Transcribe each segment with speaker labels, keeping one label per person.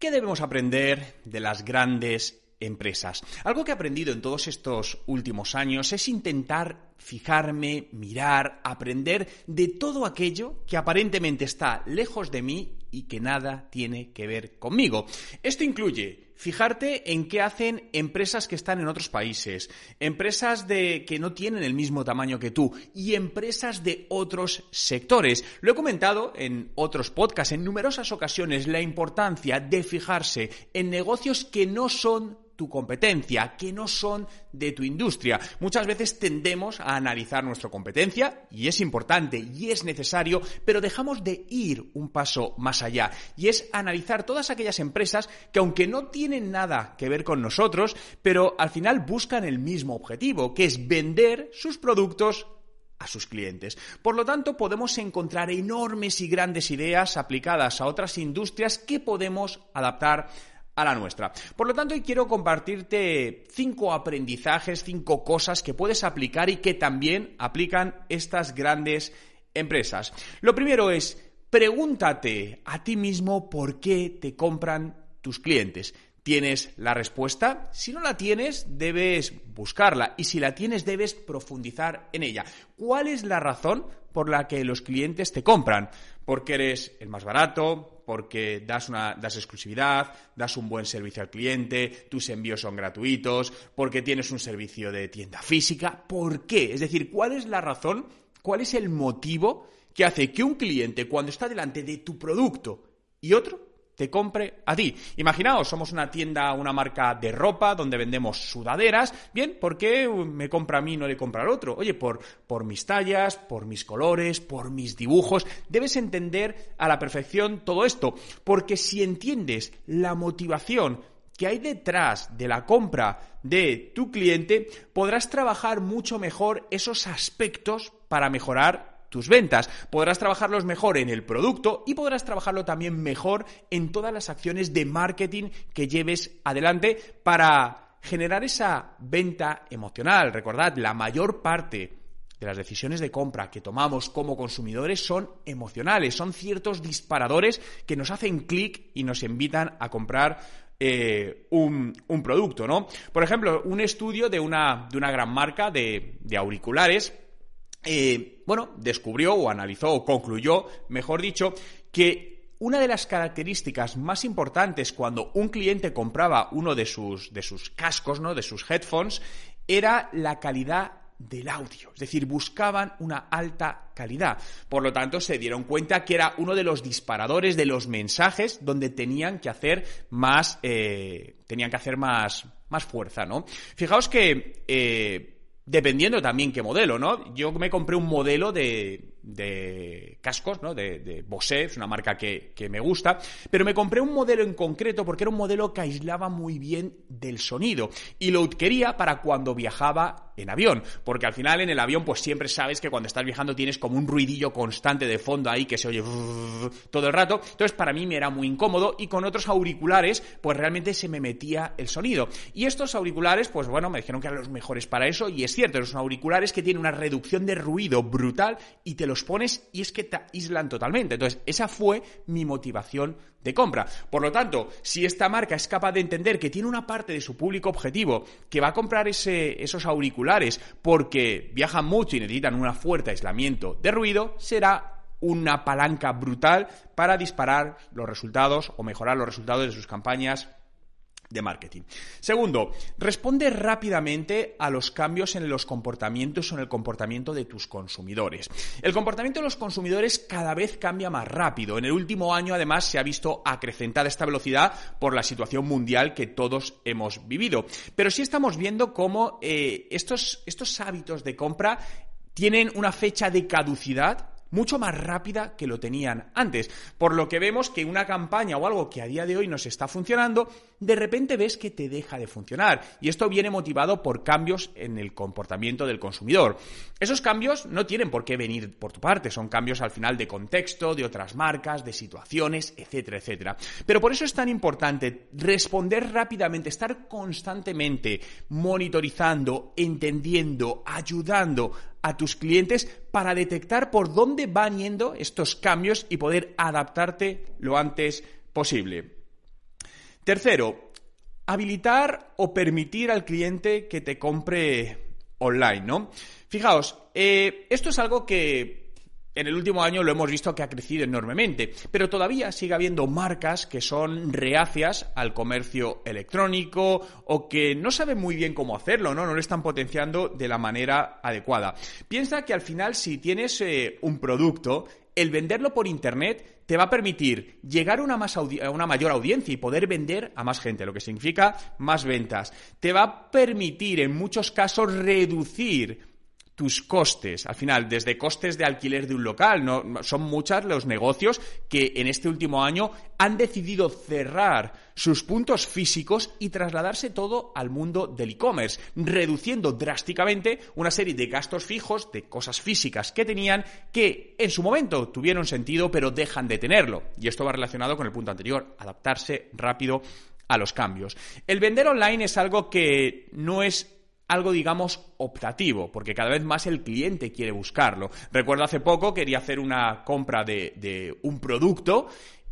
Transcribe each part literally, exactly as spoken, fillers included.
Speaker 1: ¿Qué debemos aprender de las grandes empresas? Algo que he aprendido en todos estos últimos años es intentar fijarme, mirar, aprender de todo aquello que aparentemente está lejos de mí y que nada tiene que ver conmigo. Esto incluye fijarte en qué hacen empresas que están en otros países, empresas de que no tienen el mismo tamaño que tú y empresas de otros sectores. Lo he comentado en otros podcasts en numerosas ocasiones, la importancia de fijarse en negocios que no son tu competencia, que no son de tu industria. Muchas veces tendemos a analizar nuestra competencia y es importante y es necesario, pero dejamos de ir un paso más allá y es analizar todas aquellas empresas que aunque no tienen nada que ver con nosotros, pero al final buscan el mismo objetivo, que es vender sus productos a sus clientes. Por lo tanto, podemos encontrar enormes y grandes ideas aplicadas a otras industrias que podemos adaptar a la nuestra. Por lo tanto, hoy quiero compartirte cinco aprendizajes, cinco cosas que puedes aplicar y que también aplican estas grandes empresas. Lo primero es, pregúntate a ti mismo por qué te compran tus clientes. ¿Tienes la respuesta? Si no la tienes, debes buscarla y si la tienes, debes profundizar en ella. ¿Cuál es la razón por la que los clientes te compran? ¿Porque eres el más barato? ¿Porque das, una, das exclusividad? ¿Das un buen servicio al cliente? ¿Tus envíos son gratuitos? ¿Porque tienes un servicio de tienda física? ¿Por qué? Es decir, ¿cuál es la razón? ¿Cuál es el motivo que hace que un cliente, cuando está delante de tu producto y otro, te compre a ti? Imaginaos, somos una tienda, una marca de ropa donde vendemos sudaderas. Bien, ¿por qué me compra a mí y no le compra al otro? Oye, por, por mis tallas, por mis colores, por mis dibujos. Debes entender a la perfección todo esto, porque si entiendes la motivación que hay detrás de la compra de tu cliente, podrás trabajar mucho mejor esos aspectos para mejorar tus ventas. Podrás trabajarlos mejor en el producto y podrás trabajarlo también mejor en todas las acciones de marketing que lleves adelante para generar esa venta emocional. Recordad, la mayor parte de las decisiones de compra que tomamos como consumidores son emocionales, son ciertos disparadores que nos hacen clic y nos invitan a comprar Eh, un, un producto, ¿no? Por ejemplo, un estudio de una, de una gran marca de, de auriculares Eh, bueno, descubrió o analizó o concluyó, mejor dicho, que una de las características más importantes cuando un cliente compraba uno de sus, de sus cascos, ¿no?, de sus headphones, era la calidad del audio. Es decir, buscaban una alta calidad. Por lo tanto, se dieron cuenta que era uno de los disparadores de los mensajes donde tenían que hacer más, eh, tenían que hacer más, más fuerza, ¿no? Fijaos que Eh, dependiendo también qué modelo, ¿no? Yo me compré un modelo de, de cascos, ¿no? De, de Bose, es una marca que, que me gusta, pero me compré un modelo en concreto porque era un modelo que aislaba muy bien del sonido y lo quería para cuando viajaba en avión, porque al final en el avión pues siempre sabes que cuando estás viajando tienes como un ruidillo constante de fondo ahí que se oye todo el rato. Entonces para mí me era muy incómodo y con otros auriculares pues realmente se me metía el sonido. Y estos auriculares pues bueno, me dijeron que eran los mejores para eso y es cierto, son auriculares que tienen una reducción de ruido brutal y te los pones y es que te aíslan totalmente. Entonces esa fue mi motivación de compra. Por lo tanto, si esta marca es capaz de entender que tiene una parte de su público objetivo que va a comprar ese, esos auriculares porque viajan mucho y necesitan un fuerte aislamiento de ruido, será una palanca brutal para disparar los resultados o mejorar los resultados de sus campañas de marketing. Segundo, responde rápidamente a los cambios en los comportamientos o en el comportamiento de tus consumidores. El comportamiento de los consumidores cada vez cambia más rápido. En el último año, además, se ha visto acrecentada esta velocidad por la situación mundial que todos hemos vivido. Pero sí estamos viendo cómo eh, estos, estos hábitos de compra tienen una fecha de caducidad mucho más rápida que lo tenían antes, por lo que vemos que una campaña o algo que a día de hoy nos está funcionando, de repente ves que te deja de funcionar, y esto viene motivado por cambios en el comportamiento del consumidor. Esos cambios no tienen por qué venir por tu parte, son cambios al final de contexto, de otras marcas, de situaciones, etcétera, etcétera. Pero por eso es tan importante responder rápidamente, estar constantemente monitorizando, entendiendo, ayudando a tus clientes para detectar por dónde van yendo estos cambios y poder adaptarte lo antes posible. Tercero, habilitar o permitir al cliente que te compre online, ¿no? Fijaos, eh, esto es algo que en el último año lo hemos visto que ha crecido enormemente, pero todavía sigue habiendo marcas que son reacias al comercio electrónico o que no saben muy bien cómo hacerlo, ¿no? No lo están potenciando de la manera adecuada. Piensa que al final, si tienes eh, un producto, el venderlo por internet te va a permitir llegar a una, más audi- a una mayor audiencia y poder vender a más gente, lo que significa más ventas. Te va a permitir, en muchos casos, reducir tus costes. Al final, desde costes de alquiler de un local, ¿no? Son muchos los negocios que en este último año han decidido cerrar sus puntos físicos y trasladarse todo al mundo del e-commerce, reduciendo drásticamente una serie de gastos fijos, de cosas físicas que tenían, que en su momento tuvieron sentido, pero dejan de tenerlo. Y esto va relacionado con el punto anterior, adaptarse rápido a los cambios. El vender online es algo que no es algo, digamos, optativo, porque cada vez más el cliente quiere buscarlo. Recuerdo hace poco quería hacer una compra de, de un producto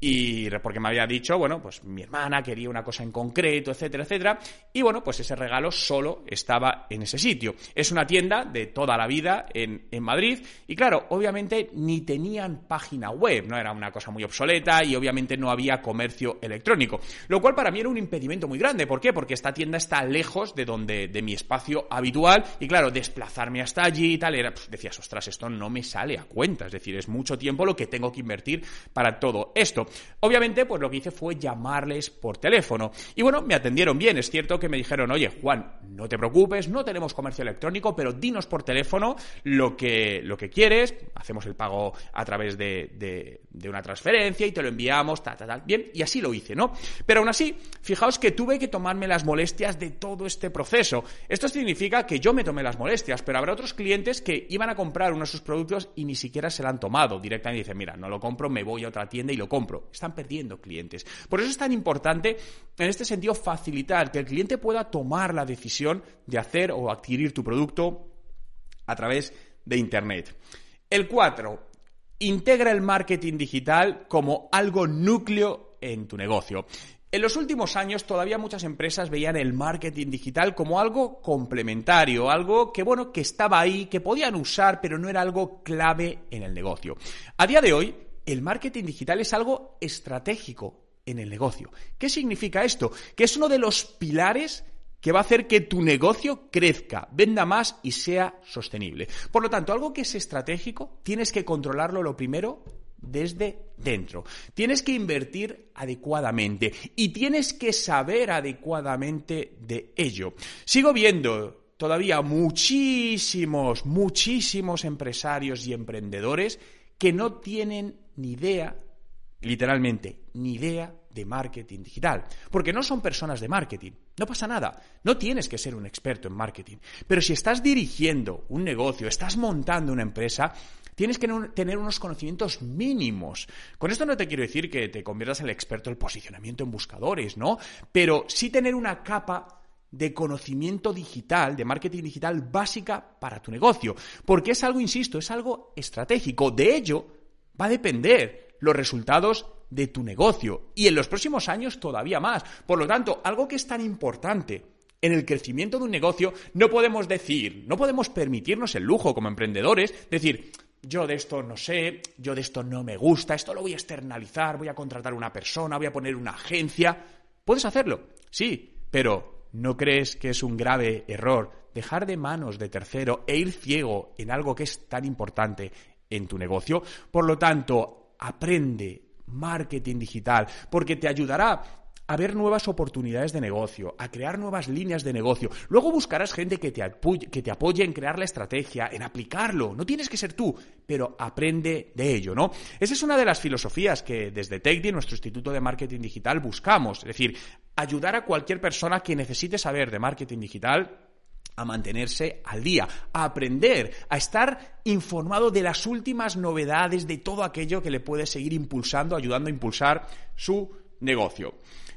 Speaker 1: y porque me había dicho, bueno, pues mi hermana quería una cosa en concreto, etcétera, etcétera, y bueno, pues ese regalo solo estaba en ese sitio. Es una tienda de toda la vida en, en Madrid y claro, obviamente ni tenían página web, no era una cosa muy obsoleta y obviamente no había comercio electrónico, lo cual para mí era un impedimento muy grande. ¿Por qué? Porque esta tienda está lejos de donde de mi espacio habitual y claro, desplazarme hasta allí y tal, era, pues, decías, ostras, esto no me sale a cuenta, es decir, es mucho tiempo lo que tengo que invertir para todo esto. Obviamente, pues lo que hice fue llamarles por teléfono. Y bueno, me atendieron bien. Es cierto que me dijeron, oye, Juan, no te preocupes, no tenemos comercio electrónico, pero dinos por teléfono lo que, lo que quieres. Hacemos el pago a través de, de, de una transferencia y te lo enviamos, tal, tal, tal. Bien, y así lo hice, ¿no? Pero aún así, fijaos que tuve que tomarme las molestias de todo este proceso. Esto significa que yo me tomé las molestias, pero habrá otros clientes que iban a comprar uno de sus productos y ni siquiera se lo han tomado. Directamente dicen, mira, no lo compro, me voy a otra tienda y lo compro. Están perdiendo clientes. Por eso es tan importante, en este sentido, facilitar que el cliente pueda tomar la decisión de hacer o adquirir tu producto a través de Internet. El cuatro, integra el marketing digital como algo núcleo en tu negocio. En los últimos años todavía muchas empresas veían el marketing digital como algo complementario, algo que, bueno, que estaba ahí, que podían usar, pero no era algo clave en el negocio. A día de hoy, el marketing digital es algo estratégico en el negocio. ¿Qué significa esto? Que es uno de los pilares que va a hacer que tu negocio crezca, venda más y sea sostenible. Por lo tanto, algo que es estratégico, tienes que controlarlo lo primero desde dentro. Tienes que invertir adecuadamente y tienes que saber adecuadamente de ello. Sigo viendo todavía muchísimos, muchísimos empresarios y emprendedores que no tienen ni idea, literalmente, ni idea de marketing digital, porque no son personas de marketing. No pasa nada, no tienes que ser un experto en marketing, pero si estás dirigiendo un negocio, estás montando una empresa, tienes que tener unos conocimientos mínimos. Con esto no te quiero decir que te conviertas en el experto del posicionamiento en buscadores, ¿no? Pero sí tener una capa de conocimiento digital, de marketing digital básica para tu negocio, porque es algo, insisto, es algo estratégico. De ello va a depender los resultados de tu negocio y en los próximos años todavía más. Por lo tanto, algo que es tan importante en el crecimiento de un negocio, no podemos decir, no podemos permitirnos el lujo como emprendedores, decir, yo de esto no sé, yo de esto no me gusta, esto lo voy a externalizar, voy a contratar a una persona, voy a poner una agencia. ¿Puedes hacerlo? Sí, pero ¿no crees que es un grave error dejar de manos de tercero e ir ciego en algo que es tan importante en tu negocio? Por lo tanto, aprende marketing digital porque te ayudará a ver nuevas oportunidades de negocio, a crear nuevas líneas de negocio. Luego buscarás gente que te apoye, que te apoye en crear la estrategia, en aplicarlo. No tienes que ser tú, pero aprende de ello, ¿no? Esa es una de las filosofías que desde TechDi, nuestro Instituto de Marketing Digital, buscamos. Es decir, ayudar a cualquier persona que necesite saber de marketing digital a mantenerse al día, a aprender, a estar informado de las últimas novedades, de todo aquello que le puede seguir impulsando, ayudando a impulsar su negocio.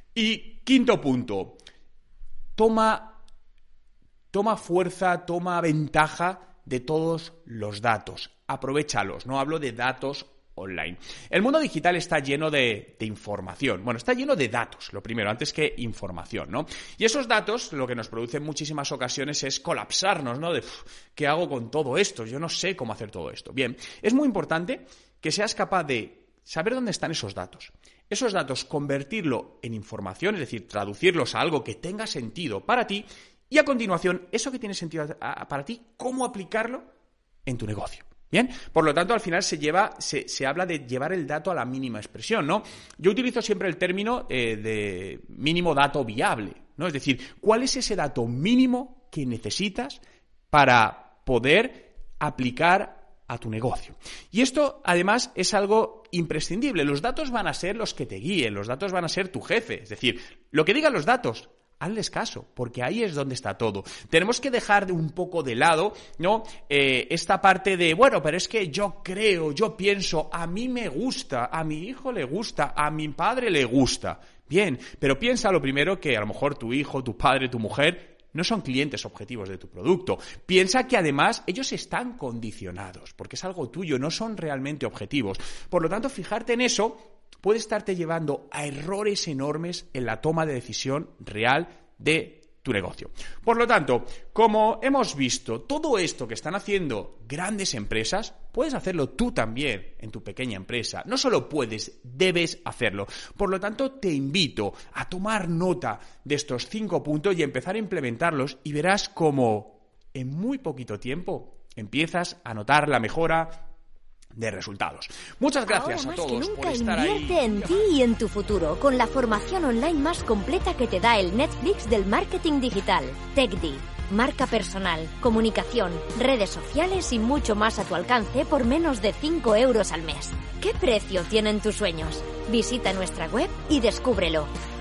Speaker 1: Y quinto punto, toma, toma fuerza, toma ventaja de todos los datos. Aprovéchalos. No hablo de datos online. El mundo digital está lleno de, de información. Bueno, está lleno de datos, lo primero, antes que información, ¿no? Y esos datos lo que nos produce en muchísimas ocasiones es colapsarnos, ¿no? De, ¿qué hago con todo esto? Yo no sé cómo hacer todo esto. Bien, es muy importante que seas capaz de saber dónde están esos datos. Esos datos, convertirlo en información, es decir, traducirlos a algo que tenga sentido para ti y a continuación, eso que tiene sentido para ti, cómo aplicarlo en tu negocio. Bien, por lo tanto, al final se lleva, se, se habla de llevar el dato a la mínima expresión, ¿no? Yo utilizo siempre el término eh, de mínimo dato viable, ¿no? Es decir, ¿cuál es ese dato mínimo que necesitas para poder aplicar a tu negocio? Y esto, además, es algo imprescindible. Los datos van a ser los que te guíen, los datos van a ser tu jefe. Es decir, lo que digan los datos, hazles caso, porque ahí es donde está todo. Tenemos que dejar de un poco de lado, ¿no? Eh, esta parte de, bueno, pero es que yo creo, yo pienso, a mí me gusta, a mi hijo le gusta, a mi padre le gusta. Bien, pero piensa lo primero que a lo mejor tu hijo, tu padre, tu mujer no son clientes objetivos de tu producto. Piensa que además ellos están condicionados, porque es algo tuyo, no son realmente objetivos. Por lo tanto, fijarte en eso puede estarte llevando a errores enormes en la toma de decisión real de tu negocio. Por lo tanto, como hemos visto, todo esto que están haciendo grandes empresas, puedes hacerlo tú también en tu pequeña empresa. No solo puedes, debes hacerlo. Por lo tanto, te invito a tomar nota de estos cinco puntos y empezar a implementarlos y verás cómo en muy poquito tiempo empiezas a notar la mejora de resultados. Muchas gracias
Speaker 2: Ahora
Speaker 1: a todos
Speaker 2: más que nunca,
Speaker 1: por estar
Speaker 2: invierte
Speaker 1: ahí.
Speaker 2: en ti y en tu futuro con la formación online más completa que te da el Netflix del marketing digital, TechD. Marca personal, comunicación, redes sociales y mucho más a tu alcance por menos de cinco euros al mes. ¿Qué precio tienen tus sueños? Visita nuestra web y descúbrelo.